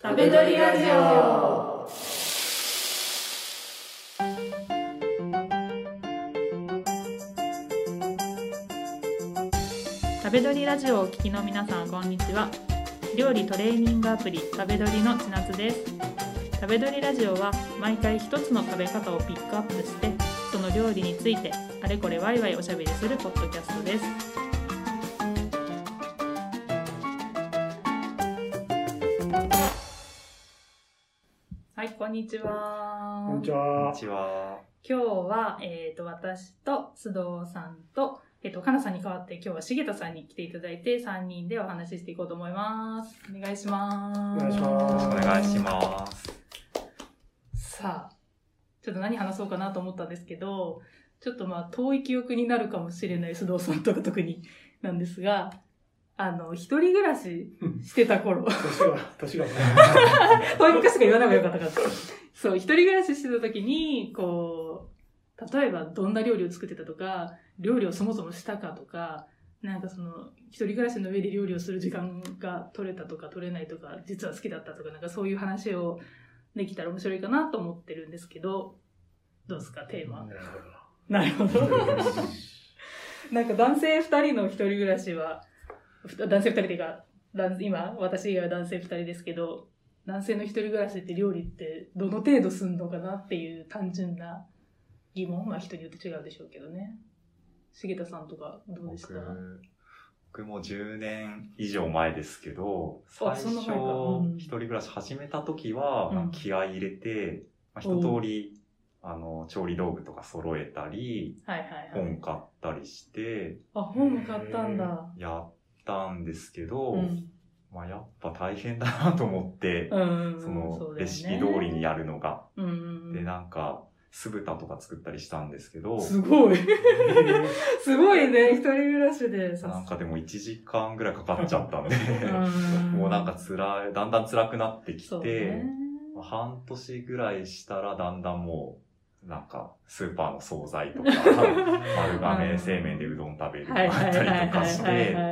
食べどりラジオ。食べどりラジオをお聞きの皆さん、こんにちは。料理トレーニングアプリ食べどりの千夏です。食べどりラジオは毎回一つの食べ方をピックアップして、その料理についてあれこれワイワイおしゃべりするポッドキャストです。はい、こんにちは。 こんにちは。 今日は、私と須藤さんと、かなさんに代わって今日は重田さんに来ていただいて3人でお話ししていこうと思います。お願いします。 お願いします。 お願いします。 さあ、ちょっと何話そうかなと思ったんですけど、ちょっと遠い記憶になるかもしれない須藤さんとか特になんですが、一人暮らししてた頃。 年が。 遠い昔しか言わない方がよかったから。そう、一人暮らししてた時に、例えばどんな料理を作ってたとか、料理をそもそもしたかとか、一人暮らしの上で料理をする時間が取れたとか取れないとか、実は好きだったとか、そういう話をできたら面白いかなと思ってるんですけど、どうですか、テーマ。なるほど。男性二人の一人暮らしは、男性二人っていうか、今、私以外は男性二人ですけど、男性の一人暮らしって料理ってどの程度すんのかなっていう単純な疑問。人によって違うでしょうけどね。重田さんとかどうでした？ 僕も10年以上前ですけど、最初、一人暮らし始めた時は、気合い入れて、一通り、調理道具とか揃えたり、本買ったりして、 本も買ったんだ。 やったんですけど、やっぱ大変だなと思って、レシピ通りにやるのが。で、酢豚とか作ったりしたんですけど。 すごい。すごいね、一人暮らしで。 でも1時間ぐらいかかっちゃったんで、もうだんだん辛くなってきて、半年ぐらいしたらだんだんもう、スーパーの惣菜とか、丸亀製麺でうどん食べるようになったりとかして、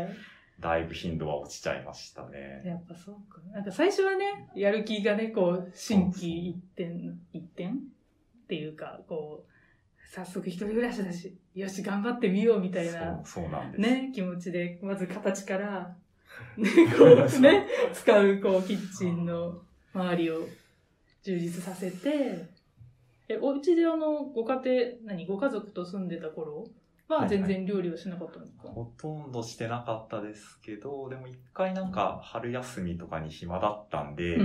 だいぶ頻度は落ちちゃいましたね。 やっぱそうか。最初はね、やる気がね、心機一転っていうか、早速一人暮らしだし、よし、頑張ってみようみたいな、 そうなんです。 ね、気持ちで、まず形から、使う、キッチンの周りを充実させて、お家でご家庭、ご家族と住んでた頃は全然料理はしなかったんですか？ ほとんどしてなかったですけど、でも一回春休みとかに暇だったんで、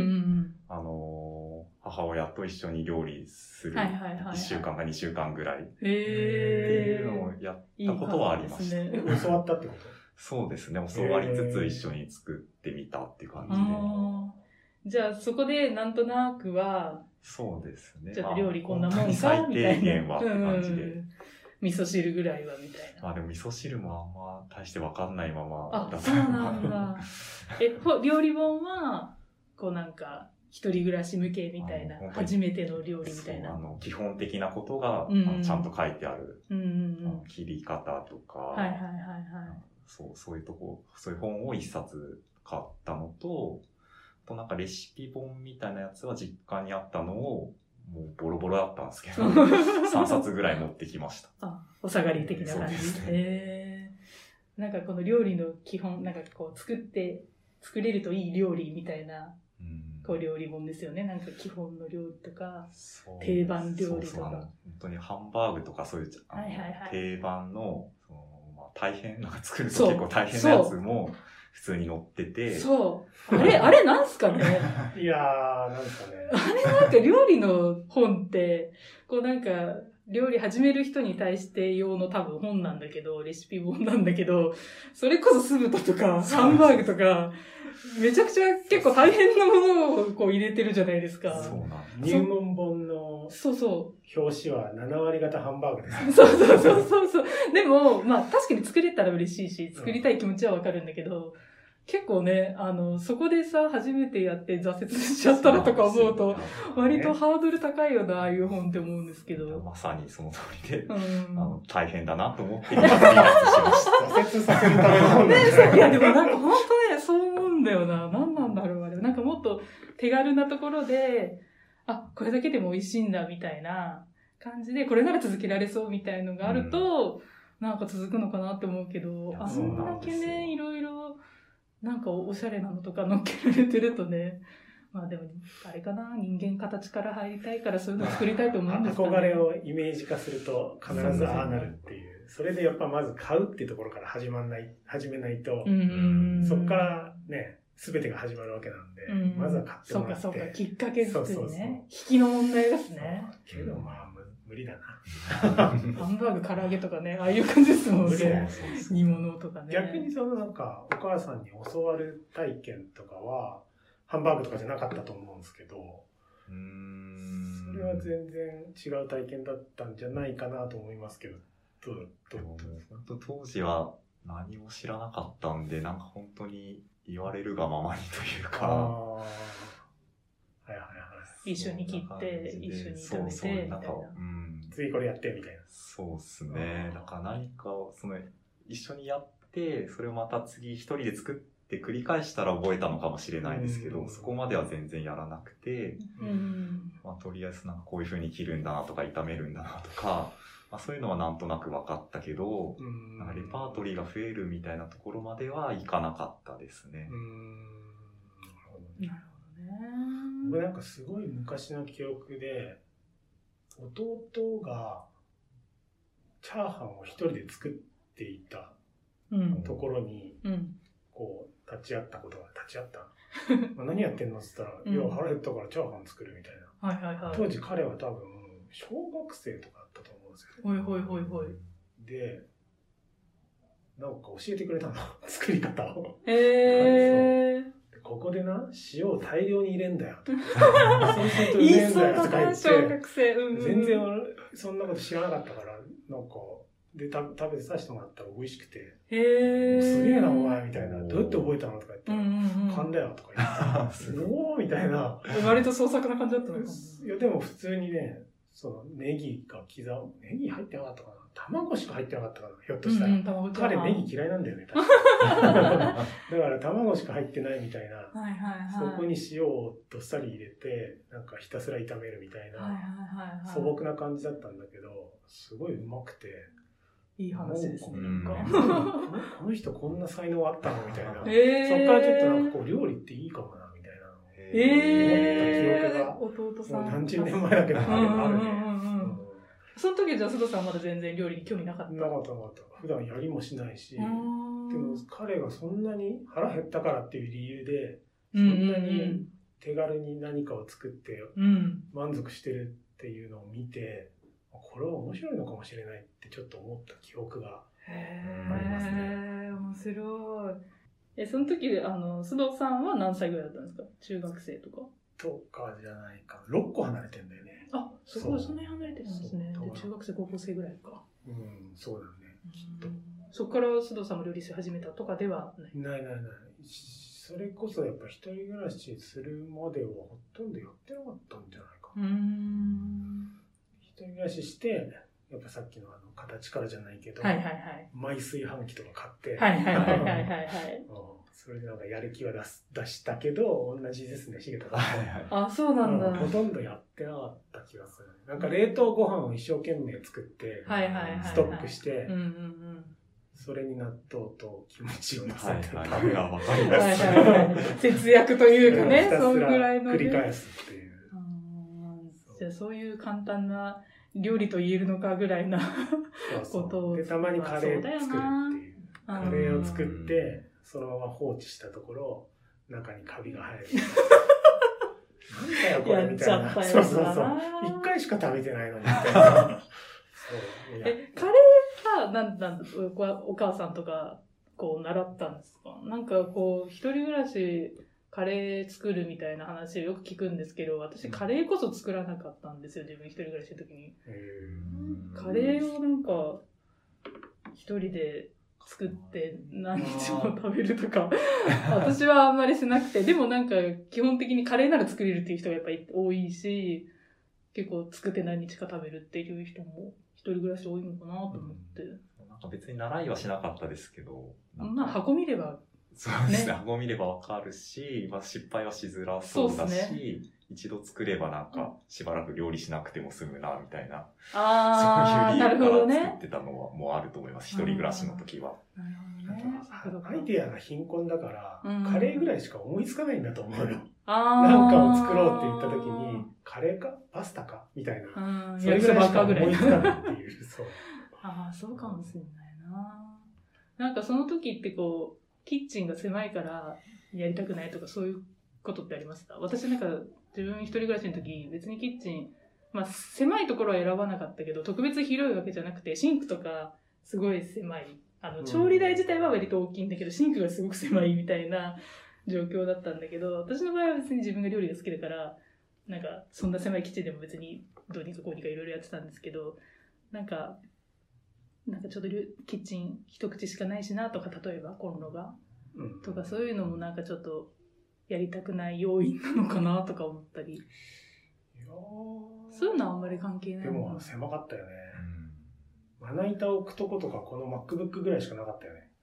母親と一緒に料理する1週間か2週間ぐらいっていうのをやったことはありました。 教わったってこと？ そうですね、教わりつつ一緒に作ってみたっていう感じで。じゃあそこでなんとなくは、 そうですね。 ちょっと料理こんなもんかみたいな。 最低限はって感じで。 味噌汁ぐらいはみたいな。 でも味噌汁もあんま大してわかんないままだった。そうなんだ。料理本は、一人暮らし向けみたいな、初めての料理みたいな。 基本的なことが、ちゃんと書いてある。切り方とか、そういう本を一冊買ったのと、あとレシピ本みたいなやつは実家にあったのを、もうボロボロだったんですけど、3冊ぐらい持ってきました。 お下がり的な感じ。 そうですね。 この料理の基本、作れるといい料理みたいな、料理本ですよね。基本の料理とか、定番料理とか。 本当にハンバーグとかそういう、定番の、大変、作ると結構大変なやつも普通に載ってて。 そう。あれなんすかね？ いやー、なんすかね。 あれ料理の本って、料理始める人に対して用の多分本なんだけど、レシピ本なんだけど、それこそ酢豚とか、ハンバーグとか、めちゃくちゃ結構大変なものを入れてるじゃないですか。 そうなん入門本の表紙は7割方ハンバーグです。 そう。でも、確かに作れたら嬉しいし、作りたい気持ちはわかるんだけど、結構ね、そこで初めてやって挫折しちゃったらとか思うと、割とハードル高いよな、ああいう本って思うんですけど。 まさにその通りで、大変だなと思ってリラックスしました。 挫折させるための本いや、でも本当ね、そう思うんだよな。何なんだろう、あれ。もっと、 手軽なところで、あ、これだけでも美味しいんだみたいな感じで、これなら続けられそうみたいのがあると、なんか続くのかなって思うけど、あんだけね、いろいろ、なんかおしゃれなのとか乗っけられてるとね、まあでも、あれかな、人間形から入りたいからそういうのを作りたいと思うんですかね。 憧れをイメージ化すると必ずああなるっていう。それでやっぱまず買うっていうところから始めないと、そこからね、全てが始まるわけなんで、まずは買ってもらって。 そうか、きっかけ作りね。引きの問題ですね。 けどまあ、無理だな。 ハンバーグ、唐揚げとかね、ああいう感じですもんね。煮物とかね。 逆になんか、お母さんに教わる体験とかは、ハンバーグとかじゃなかったと思うんですけど、それは全然違う体験だったんじゃないかなと思いますけど、どう本当当時は何も知らなかったんで、なんか本当に言われるがままにというか、 はいはいはい。 一緒に切って、一緒に食べて、みたいな。 次これやって、みたいな。 そうですね。だから何かを、一緒にやって、それをまた次一人で作って繰り返したら覚えたのかもしれないですけど、そこまでは全然やらなくて、まあとりあえずなんかこういう風に切るんだなとか炒めるんだなとか、まあそういうのはなんとなく分かったけど、なんかレパートリーが増えるみたいなところまではいかなかったですね。 なるほどね。 僕なんかすごい昔の記憶で、弟がチャーハンを一人で作っていたところに、こう立ち会った何やってんのって言ったら、いや腹減ったからチャーハン作るみたいな。当時彼は多分小学生とかだったと思うんですよ。で、なんか教えてくれたの作り方を。ここでな、塩を大量に入れんだよ。そうするとうめえんだよとか言って。 小学生。 全然そんなこと知らなかったから、なんか、で、食べてさせてもらったら美味しくて。すげえな、お前、みたいな。どうやって覚えたのとか言ったら、勘だよ、とか言って。おー、みたいな。 割と創作な感じだったのかな。 いや、でも普通にね、ネギ入ってなかったかな。卵しか入ってなかったかな、ひょっとしたら。彼ネギ嫌いなんだよね、確かだから卵しか入ってないみたいな。そこに塩をどっさり入れて、なんかひたすら炒めるみたいな、素朴な感じだったんだけど、すごいうまくて。 いい話ですね。 この人こんな才能あったのみたいな。そっからちょっとなんか料理っていいかもな、みたいな。思った記憶が、もう何十年前だけど、あるね。 その時じゃあ須藤さんはまだ全然料理に興味なかった？ なかった。普段やりもしないし、でも彼がそんなに腹減ったからっていう理由で、そんなに手軽に何かを作って満足してるっていうのを見て、これは面白いのかもしれないってちょっと思った記憶がありますね。 面白い。その時、須藤さんは何歳ぐらいだったんですか？中学生とか？ とかじゃないか。6個離れてんだよね。 あ、そんなに離れてるんですね。で中学生、高校生ぐらいか。 そうだね。きっと。 そこから須藤さんも料理し始めたとかではない？ ない。それこそやっぱ一人暮らしするまではほとんどやってなかったんじゃないか。一人暮らしして、やっぱさっきの形からじゃないけど、マイ炊飯器とか買って、それでなんかやる気は出したけど、同じですね、しげたさん。 あ、そうなんだ。 ほとんどやってなかった気がする。なんか冷凍ご飯を一生懸命作って、ストックして、それに納豆とキムチを乗せて食べわかります。 節約というかね、そのぐらいの。 繰り返すっていう。 じゃあそういう簡単な料理と言えるのかぐらいなことを。 で、たまにカレー作るっていう。カレーを作って、そのまま放置したところ、中にカビが生える。なんだよ、これ、みたいな。そう。一回しか食べてないのに、みたいな。カレーは、お母さんとか、こう、習ったんですか？なんか、こう、一人暮らし、カレー作るみたいな話をよく聞くんですけど、私、カレーこそ作らなかったんですよ、自分一人暮らしの時に。カレーをなんか、一人で、作って何日も食べるとか私はあんまりしなくて、でもなんか基本的にカレーなら作れるっていう人がやっぱり多いし、結構作って何日か食べるっていう人も一人暮らし多いのかなと思って、 なんか別に習いはしなかったですけど、 まあ箱見ればそうですね。顎見ればわかるし、まあ、失敗はしづらそうだし、一度作ればなんか、しばらく料理しなくても済むな、みたいな。そういう理由から作ってたのはもうあると思います。一人暮らしの時は。 なるほどね。 アイデアが貧困だから、カレーぐらいしか思いつかないんだと思うよ。 なんかを作ろうって言った時に、カレーかパスタかみたいな。それぐらいしか思いつかないっていう。そう。 そうかもしれないな。なんかその時ってこう、キッチンが狭いからやりたくないとかそういうことってありました？私なんか自分一人暮らしの時別にキッチン、まあ狭いところは選ばなかったけど、特別広いわけじゃなくて、シンクとかすごい狭い。調理台自体は割と大きいんだけど、シンクがすごく狭いみたいな状況だったんだけど、私の場合は別に自分が料理が好きだから、なんかそんな狭いキッチンでも別にどうにかこうにかいろいろやってたんですけど、なんかちょっとキッチン一口しかないしなとか、例えばコンロが、とかそういうのもなんかちょっとやりたくない要因なのかなとか思ったり。そういうのはあんまり関係ない。 でも狭かったよね。まな板を置くとことかこの MacBook ぐらいしかなかったよね。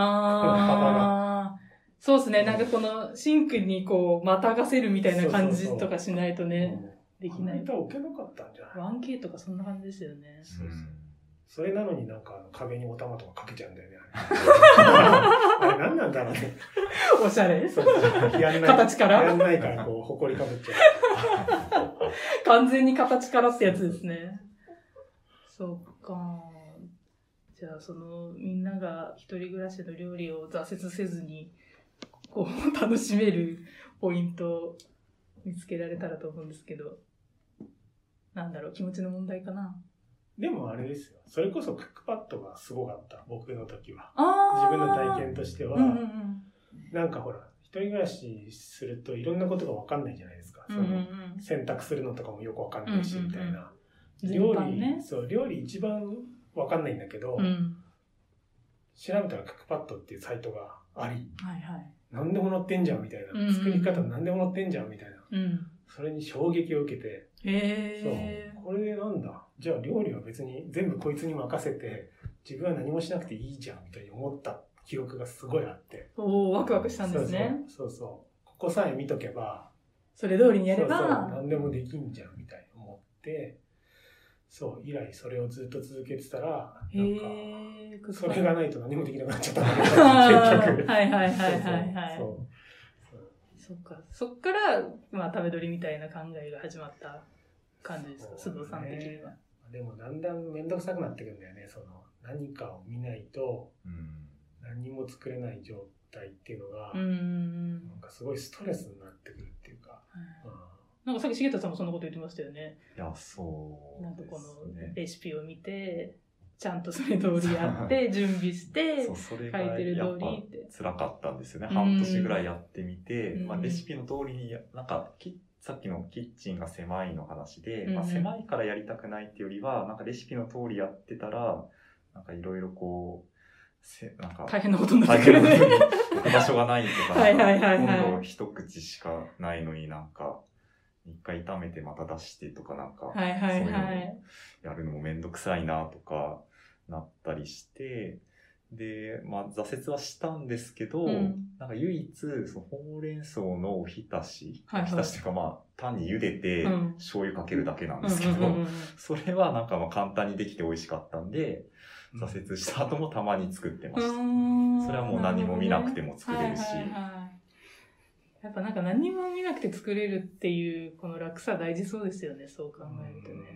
そうですね。なんかこのシンクにこうまたがせるみたいな感じとかしないとね、できない。 まな板置けなかったんじゃない？ 1K とかそんな感じですよね。 それなのになんか壁にお玉とかかけちゃうんだよね。あれ何なんだろうね。 おしゃれ？ 形からやんないからこう、ほこりかぶっちゃう。完全に形からってやつですね。そうか。じゃあみんなが一人暮らしの料理を挫折せずに、こう、楽しめるポイントを見つけられたらと思うんですけど、なんだろう、気持ちの問題かな。 でもあれですよ。それこそクックパッドがすごかった。僕の時は。自分の体験としては、なんかほら、一人暮らしするといろんなことが分かんないじゃないですか。洗濯するのとかもよく分かんないし、みたいな。料理一番分かんないんだけど、調べたらクックパッドっていうサイトがあり、何でも載ってんじゃんみたいな。作り方何でも載ってんじゃんみたいな。それに衝撃を受けて、そう。これでなんだ。じゃあ料理は別に全部こいつに任せて、自分は何もしなくていいじゃんみたいに思った記憶がすごいあって。 ワクワクしたんですね。 そう。ここさえ見とけば、 それ通りにやれば、 何でもできんじゃんみたいに思って、以来それをずっと続けてたら、なんか、それがないと何もできなくなっちゃったんだけど、結局。 はい。そっから、まあ、食べ取りみたいな考えが始まった感じですか、須藤さん的には。 でも、だんだんめんどくさくなってくるんだよね。何かを見ないと、何も作れない状態っていうのが、なんかすごいストレスになってくるっていうか。 なんかさっき重田さんもそんなこと言ってましたよね。 いや、そうですね。 なんかこのレシピを見て、ちゃんとそれ通りやって、準備して、書いてる通りって。 辛かったんですよね。半年ぐらいやってみて、まあ、レシピの通りに、なんか、さっきのキッチンが狭いの話で、まあ、狭いからやりたくないっていうよりは、なんかレシピの通りやってたら、なんかいろいろこう、なんか大変なことになってくるね。 置く場所がないとか、今度一口しかないのになんか、一回炒めてまた出してとかなんか、そういうのやるのもめんどくさいなとかなったりして、で、まあ挫折はしたんですけど、なんか唯一、ほうれん草のおひたし、おひたしというかまあ単に茹でて醤油かけるだけなんですけど、それはなんかまあ簡単にできて美味しかったんで、挫折した後もたまに作ってました。それはもう何も見なくても作れるし。 やっぱなんか何も見なくて作れるっていうこの楽さ大事そうですよね、そう考えるとね。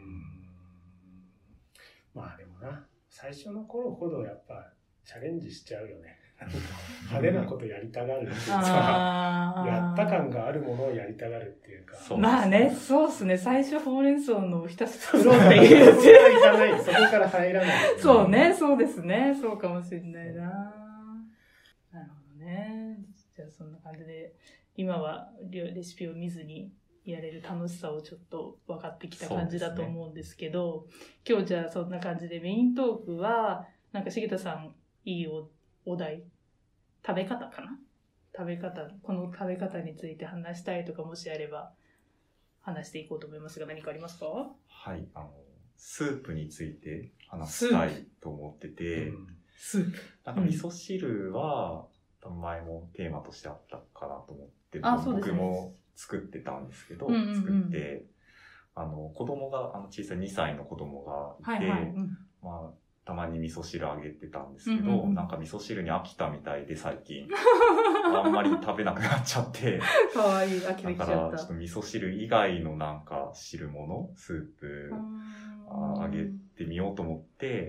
まあでもな、最初の頃ほどやっぱチャレンジしちゃうよね。派手なことやりたがるっていうか、やった感があるものをやりたがるっていうか。 まあね、そうっすね。最初ほうれん草のひたす作ろうっていう。 そこから入らない。 そうね、そうですね。そうかもしれないな。なるほどね。じゃあそんな感じで、今はレシピを見ずにやれる楽しさをちょっと分かってきた感じだと思うんですけど、今日じゃあそんな感じでメイントークは、なんか重田さんいいお題、食べ方かな？この食べ方について話したいとかもしあれば話していこうと思いますが、何かありますか？ はい、スープについて話したいと思ってて、 スープ。 なんか味噌汁は、 多分前もテーマとしてあったかなと思って、 そうですね、 僕も作ってたんですけど、 うんうんうん、 作って、子供が、小さい2歳の子供がいて、まあ、たまに味噌汁あげてたんですけど、なんか味噌汁に飽きたみたいで最近、あんまり食べなくなっちゃって。 かわいい、飽きてきちゃった。 だから、ちょっと味噌汁以外のなんか汁物、スープ、あげてみようと思って、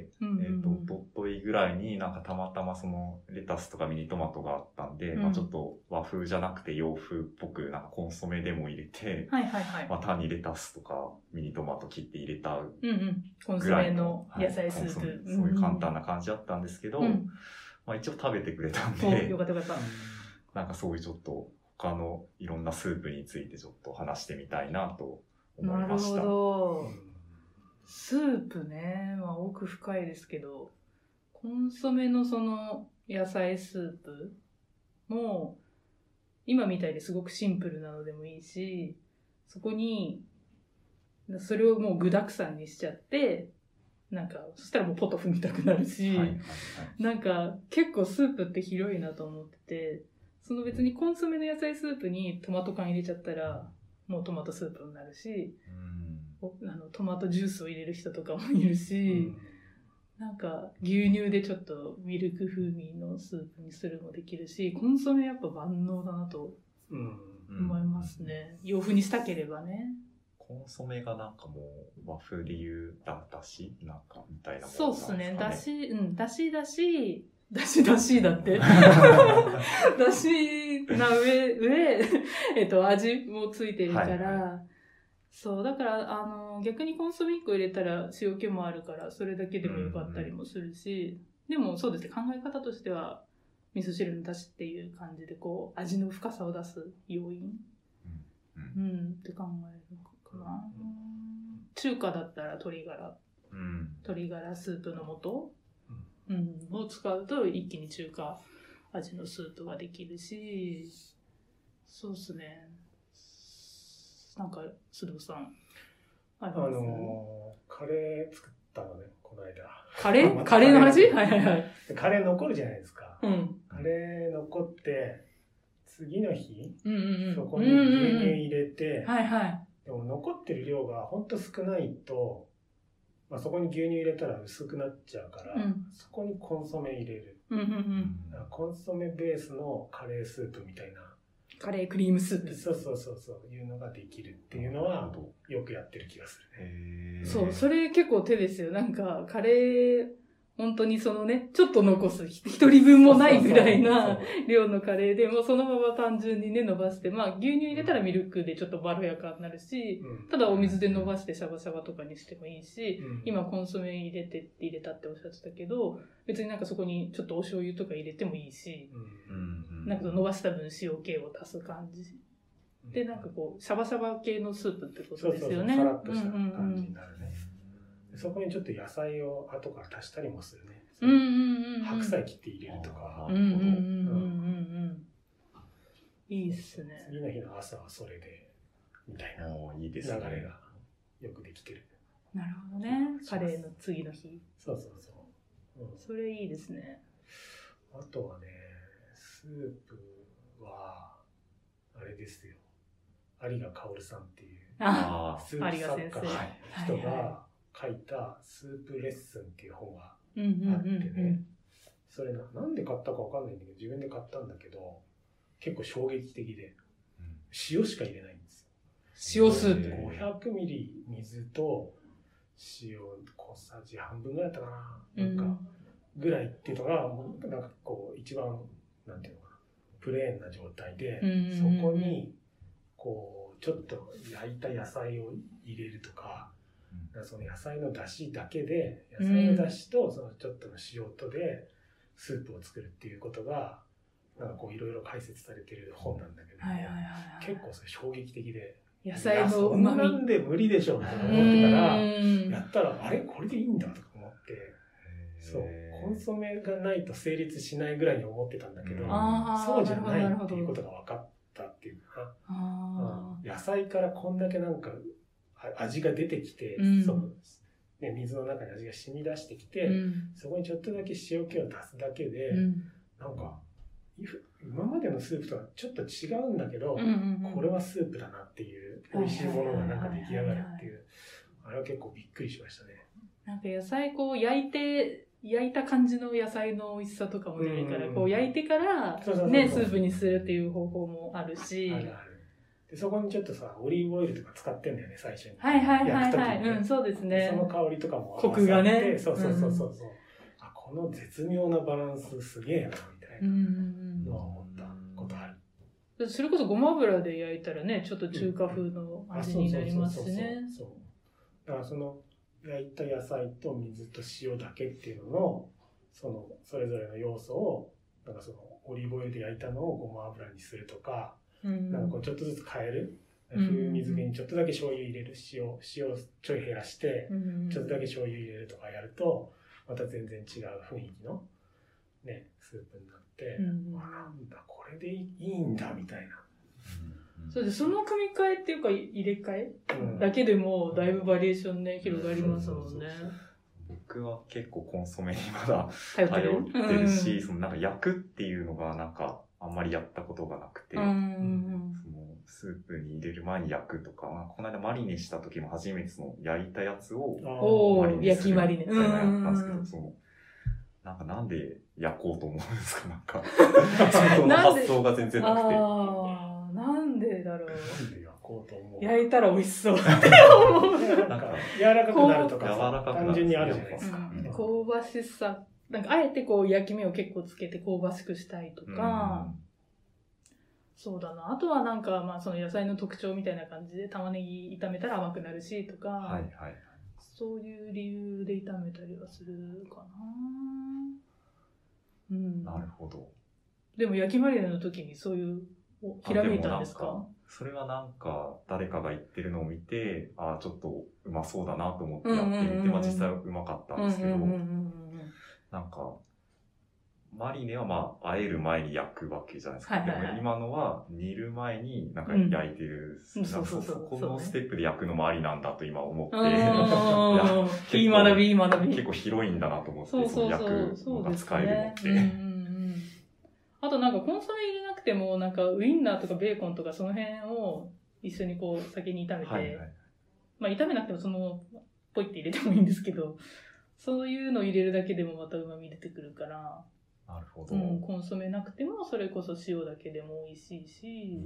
おとといぐらいになんかたまたまそのレタスとかミニトマトがあったんで、まあちょっと和風じゃなくて洋風っぽくなんかコンソメでも入れて、まあ単にレタスとかミニトマト切って入れたぐらいの野菜スープ、 そういう簡単な感じだったんですけど、まあ一応食べてくれたんで、 よかったよかった。 なんかそういうちょっと他のいろんなスープについてちょっと話してみたいなと思いました。 なるほど。スープね、まあ奥深いですけど、コンソメのその野菜スープも今みたいにすごくシンプルなのでもいいし、そこにそれをもう具沢山にしちゃって、なんかそしたらもうポトフみたくなるし、なんか結構スープって広いなと思ってて、その別にコンソメの野菜スープにトマト缶入れちゃったらもうトマトスープになるし、トマトジュースを入れる人とかもいるし、なんか牛乳でちょっとミルク風味のスープにするもできるし、コンソメやっぱ万能だなと思いますね。洋風にしたければね。 コンソメがなんかもう和風でいうだしなんかみたいなものなんですかね。 そうっすね。だしだって。だしな上、味もついてるから、そう、だから、逆にコンソメ1個入れたら塩気もあるから、それだけでもよかったりもするし、でもそうですね、考え方としては、味噌汁の出汁っていう感じで、こう、味の深さを出す要因、って考えるのかな。中華だったら鶏ガラスープの素、を使うと一気に中華味のスープができるし、そうっすね。なんか、須藤さん、あります？ カレー作ったのね、この間。 カレーの話？はいはいはい。 カレー残るじゃないですか。カレー残って、次の日、そこに牛乳入れて、でも残ってる量がほんと少ないと、まあ、そこに牛乳入れたら薄くなっちゃうから、そこにコンソメ入れる。コンソメベースのカレースープみたいな。 カレークリームスープ。 そういうのができるっていうのはよくやってる気がするね。 そう、それ結構手ですよ。なんかカレー、本当にそのね、ちょっと残す、一人分もないぐらいな量のカレーで、もうそのまま単純にね、伸ばして、まあ牛乳入れたらミルクでちょっとまろやかになるし、ただお水で伸ばしてシャバシャバとかにしてもいいし、今コンソメ入れたっておっしゃってたけど、別になんかそこにちょっとお醤油とか入れてもいいし、なんか伸ばした分塩気を足す感じ。で、なんかこう、シャバシャバ系のスープってことですよね。 サラッとした感じになるね。そこにちょっと野菜を後から足したりもするね。白菜切って入れるとか。 いいっすね。 次の日の朝はそれで、みたいな流れがよくできてる。 なるほどね。カレーの次の日。 そう。 それいいですね。 あとはね、スープは、あれですよ。有賀薫さんっていう、スープ作家の人が書いたスープレッスンっていう本があってね、それなんで買ったかわかんないんだけど、自分で買ったんだけど、結構衝撃的で、塩しか入れないんですよ。塩スープ。 500ミリ水と塩小さじ半分ぐらいだったかな、なんかぐらいっていうのが、なんかこう一番なんていうのかな、プレーンな状態で、そこにこうちょっと焼いた野菜を入れるとか、その野菜の出汁だけで、野菜の出汁とそのちょっとの塩とでスープを作るっていうことが、なんかこういろいろ解説されてる本なんだけど、結構それ衝撃的で、 野菜の旨味なんで無理でしょうって思ってたら、やったらあれこれでいいんだとか思って、そうコンソメがないと成立しないぐらいに思ってたんだけど、そうじゃないっていうことが分かったっていうかな、野菜からこんだけなんか味が出てきて、そうね、水の中に味が染み出してきて、そこにちょっとだけ塩気を足すだけで、なんか今までのスープとはちょっと違うんだけど、これはスープだなっていう美味しいものがなんか出来上がるっていう、あれは結構びっくりしましたね。 なんか野菜こう焼いた感じの野菜の美味しさとかも出るから、こう焼いてからね、スープにするっていう方法もあるし。あるある。 でそこにちょっとさ、オリーブオイルとか使ってんだよね、最初に。 はいはいはいはい。うん、そうですね。 その香りとかもコクがね。 そう。あ、この絶妙なバランスすげえな、みたいなのは思ったことある。 それこそごま油で焼いたらね、ちょっと中華風の味になりますしね。 そう。だからその焼いた野菜と水と塩だけっていうのの、それぞれの要素を、なんかそのオリーブオイルで焼いたのをごま油にするとか、なんかこうちょっとずつ変える。風味付けにちょっとだけ醤油入れる、塩ちょい減らして、ちょっとだけ醤油入れるとかやると、また全然違う雰囲気のね、スープになって、なんだ、これでいいんだ、みたいな。 そうで、その組み替えっていうか入れ替え、だけでもだいぶバリエーションね、広がりますもんね。 僕は結構コンソメにまだ頼ってるし、そのなんか焼くっていうのがなんかあんまりやったことがなくて、そのスープに入れる前に焼くとか、この間マリネした時も初めてその焼いたやつをマリネするみたいなやったんですけど、そのなんで焼こうと思うんですか、なんかその発想が全然なくて。 なんでだろう。 焼こうと思う。 焼いたら美味しそうって思う。 なんか柔らかくなるとか単純にあるじゃないですか。 香ばしさ、なんかあえてこう焼き目を結構つけて香ばしくしたいとか、そうだな。あとはなんかまあその野菜の特徴みたいな感じで玉ねぎ炒めたら甘くなるしとか、そういう理由で炒めたりはするかな。 なるほど。 でも焼きマリネの時にそういうひらめいたんですか？ それはなんか誰かが言ってるのを見て、ちょっとうまそうだなと思ってやってみて、実際うまかったんですけど、なんかマリネは和える前に焼くわけじゃないですか。でも今のは煮る前になんか焼いてる、そこのステップで焼くのもありなんだと今思って、 いい学び。 結構広いんだなと思って、その焼くのが使えるのって。 あとなんかコンソメ入れなくても、なんかウインナーとかベーコンとかその辺を一緒にこう先に炒めて、まあ炒めなくてもそのポイって入れてもいいんですけど、そういうのを入れるだけでもまた旨味出てくるから、 なるほど。 コンソメなくてもそれこそ塩だけでも美味しいし、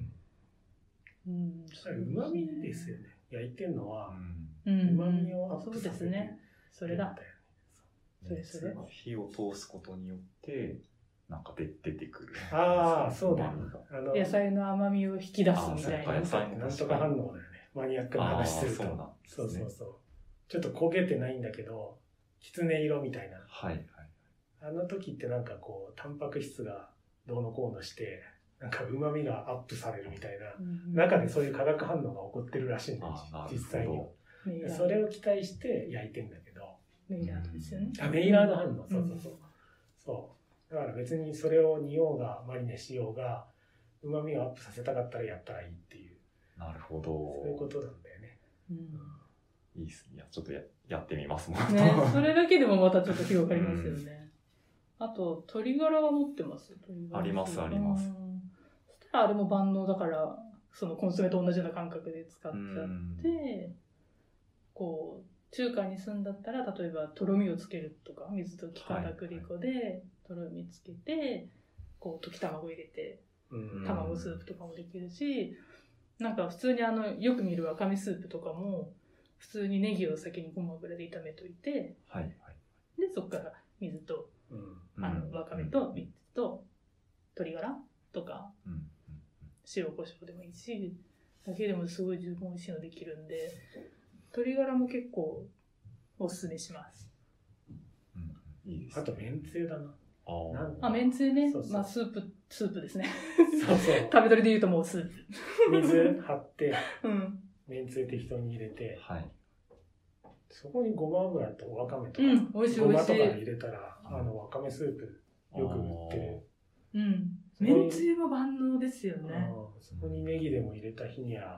旨味ですよね。焼いてるのは旨味をアップさせて、 そうですね。それだ。それ。 火を通すことによってなんか出てくる。 そうだ。 野菜の甘みを引き出すみたいな。 なんとか反応だよね。マニアックな話すると。そう。ちょっと焦げてないんだけど、きつね色みたいな。あの時ってなんかこう、タンパク質がどうのこうのして、なんか旨味がアップされるみたいな、中でそういう化学反応が起こってるらしいんだよ、実際に。それを期待して焼いてんだけど。 メイラードですよね。 メイラード反応、そう。だから別にそれを煮ようがマリネしようが、旨味をアップさせたかったらやったらいいっていう。 なるほど。 そういうことなんだよね。 いいっすね。ちょっとやってみますもん。ね、それだけでもまたちょっと広がりますよね。あと、鶏ガラは持ってます？ あります。そしたらあれも万能だから、そのコンソメと同じような感覚で使っちゃって、こう、中華にするんだったら、例えばとろみをつけるとか、水とき片栗粉でとろみつけて、こう溶き卵入れて、卵スープとかもできるし、なんか普通によく見るわかめスープとかも、普通にネギを先にごま油で炒めといて、で、そこから水と、わかめとミッツと鶏ガラとか、塩コショウでもいいし、だけでもすごい十分美味しいのできるんで、鶏ガラも結構おすすめします。 いいです。 あと、めんつゆだな。 めんつゆね。まあ、スープですね。 そう。 食べ取りで言うともうスープ。 水張って、めんつゆ適当に入れて、そこにごま油とわかめとか、ごまとか入れたら、わかめスープよく売ってる。 めんつゆも万能ですよね。 そこにネギでも入れた日には、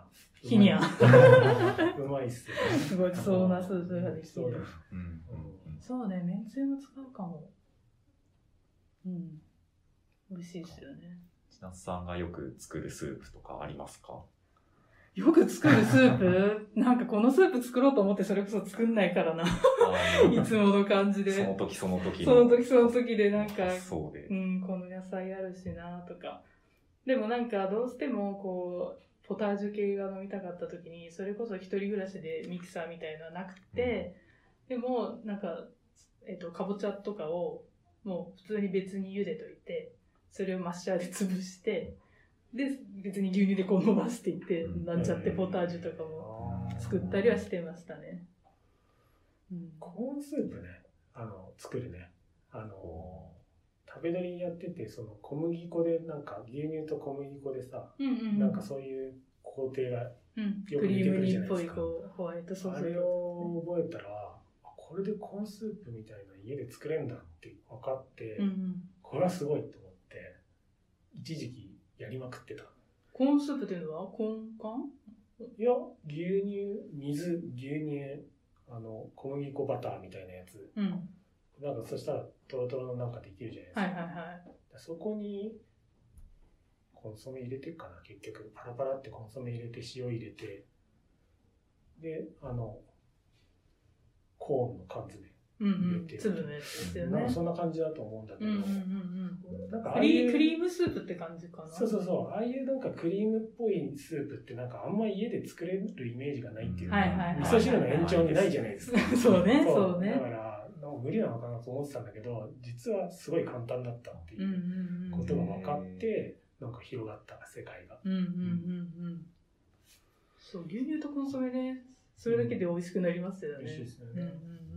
うまいっすよね。 ごちそうなスープができる。そうね、めんつゆも使うかも。 美味しいですよね。 千夏さんがよく作るスープとかありますか？ よく作るスープなんかこのスープ作ろうと思ってそれこそ作んないからな。いつもの感じで。 その時その時でなんか、 そうで。 この野菜あるしなとか。でもなんかどうしてもこう、ポタージュ系が飲みたかった時に、それこそ一人暮らしでミキサーみたいなのなくて、でもなんか、かぼちゃとかをもう普通に別に茹でといて、それをマッシャーで潰して、で、別に牛乳でこう伸ばしていって、なんちゃってポタージュとかも作ったりはしてましたね。 コーンスープね、作るね。食べ取りやってて、その小麦粉で、なんか牛乳と小麦粉でさ、なんかそういう工程がよく出てくるじゃないですか。 ホワイトソース。 あれを覚えたら、これでコーンスープみたいな家で作れんだって分かって、これはすごいと思って、一時期やりまくってた。 コーンスープっていうのはコーン缶？ いや、牛乳、水、牛乳、小麦粉バターみたいなやつ。なんかそしたらトロトロのなんかできるじゃないですか。そこにコンソメ入れてっかな、結局。パラパラってコンソメ入れて、塩入れて、で、コーンの缶詰入れて。 粒のやつですよね。 なんかそんな感じだと思うんだけど。 なんかクリームスープって感じかな。 そう。ああいうなんかクリームっぽいスープってなんかあんま家で作れるイメージがないっていうか、味噌汁の延長にないじゃないですか。 そうね。 だから、無理なのかなと思ってたんだけど、実はすごい簡単だったっていうことが分かって、なんか広がった世界が。 そう、牛乳とコンソメね、それだけで美味しくなりますよね。 美味しいですよね。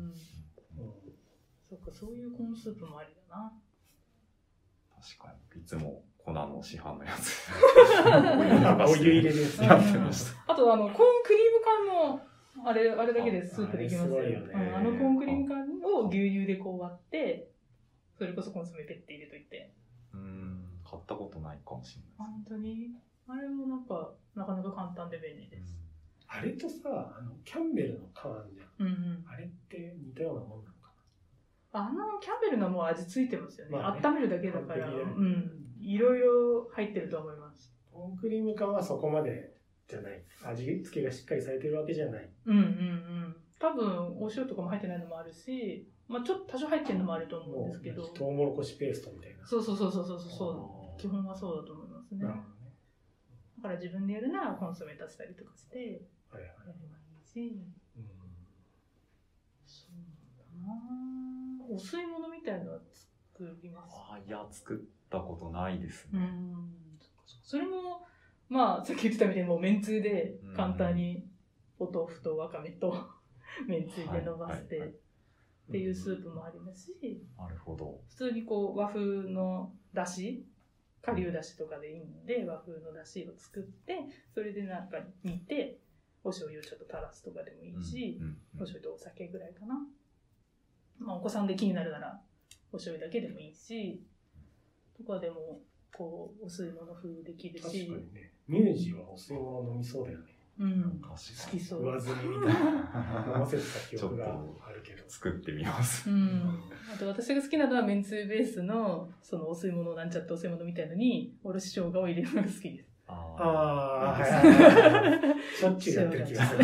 そうか、そういうコーンスープもありだな。 確かに。いつも粉の市販のやつ。 お湯入れるやつやってました。 あと、コーンクリーム缶も、あれだけでスープできますよね。コーンクリーム缶を牛乳でこう割って、それこそコンソメペッて入れといて。 買ったことないかもしれない。 本当に？あれもなんか、なかなか簡単で便利です。 あれとさ、キャンベルの缶あるじゃん。あれって似たようなもんなのかな？キャンベルのもう味ついてますよね。温めるだけだから、いろいろ入ってると思います。 コーンクリーム缶はそこまでじゃない。味付けがしっかりされてるわけじゃない。 多分、お塩とかも入ってないのもあるし、まあちょっと多少入ってるのもあると思うんですけど。 トウモロコシペーストみたいな。 そう。基本はそうだと思いますね。だから自分でやるならコンソメ足したりとかしてやればいいし。そうだな。お吸い物みたいなのは作りますか？ いや、作ったことないですね。 それも、まあ、さっき言ってたみたいにもうめんつゆで簡単にお豆腐とわかめとめんつゆで伸ばしてっていうスープもありますし、 なるほど。 普通にこう和風のだし、顆粒だしとかでいいんで、和風のだしを作って、それでなんか煮て、お醤油をちょっと垂らすとかでもいいし、お醤油とお酒ぐらいかな。まあお子さんで気になるならお醤油だけでもいいし、とかでもこうお吸い物風できるし。 確かにね。ミュージはお吸い物飲みそうだよね。 好きそう。 上積みみたいな。飲ませてた記憶があるけど。 作ってみます。 あと私が好きなのはめんつゆベースのそのお吸い物なんちゃってお吸い物みたいのにおろし生姜を入れるのが好きです。 しょっちゅうやってる気がする。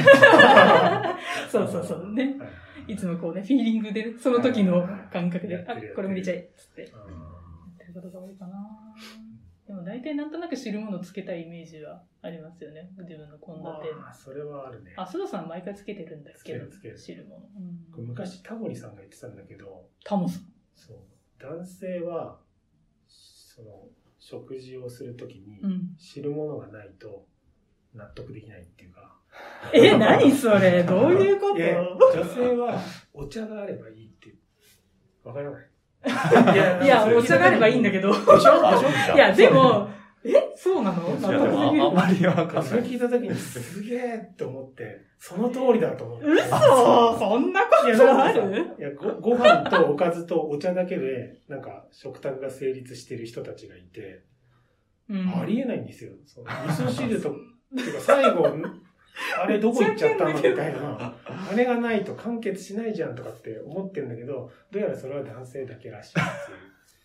そうね。いつもこうね、フィーリングで、その時の感覚で、これも入れちゃえっつって。やってることが多いかな。でも大体なんとなく汁物つけたいイメージはありますよね。自分の献立。 それはあるね。 須藤さん毎回つけてるんだけど、汁物。 昔タモリさんが言ってたんだけど、 タモさん。 そう。男性は、その、食事をするときに、汁物がないと納得できないっていうか。 何それどういうこと？ 女性はお茶があればいいって。わからない。 いや、お茶があればいいんだけど。いや、でも、そうなの？ あんまりわかんない。 それ聞いたときにすげえって思って、その通りだと思って。 嘘！そんなことある？ いや、ご飯とおかずとお茶だけで、なんか食卓が成立してる人たちがいて、ありえないんですよ。味噌汁と、っていうか最後、あれどこ行っちゃったのみたいな。あれがないと完結しないじゃんとかって思ってるんだけど、どうやらそれは男性だけらしいっていう。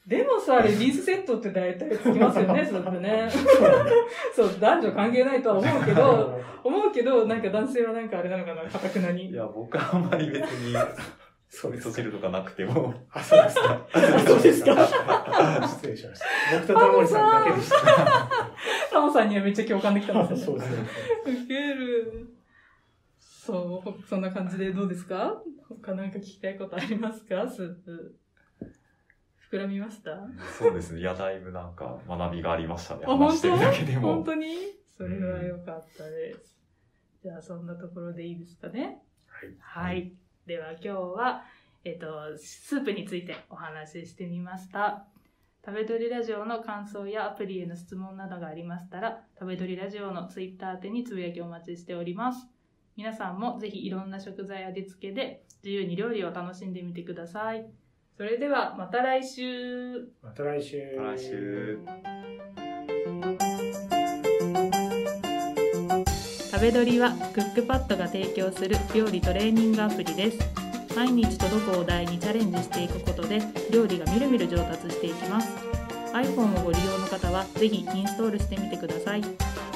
でもさ、レディースセットって大体つきますよね、そうだってね。そう、男女関係ないとは思うけど、なんか男性はなんかあれなのかな、かたくなに。 いや、僕はあんまり別に、そう味噌汁とかなくても。 あ、そうですか。 そうですか。 失礼しました。僕とタモリさんだけでした。 タモさんにはめっちゃ共感できたんですよね。 そうですね。 ウケる。そう、そんな感じでどうですか？他なんか聞きたいことありますか？スープ。膨らみました？ そうですね。いや、だいぶなんか学びがありましたね。 あ、 話してるだけでも。 本当に？それは良かったです。じゃあ、そんなところでいいですかね？はい。はい。では、今日は、スープについてお話ししてみました。食べ取りラジオの感想やアプリへの質問などがありましたら、食べ取りラジオのツイッター宛てにつぶやきお待ちしております。皆さんもぜひいろんな食材味付けで自由に料理を楽しんでみてください。それではまた来週。 また来週。 また来週。 食べ取りはクックパッドが提供する料理トレーニングアプリです。毎日届くお題にチャレンジしていくことで料理がみるみる上達していきます。iPhone をご利用の方はぜひインストールしてみてください。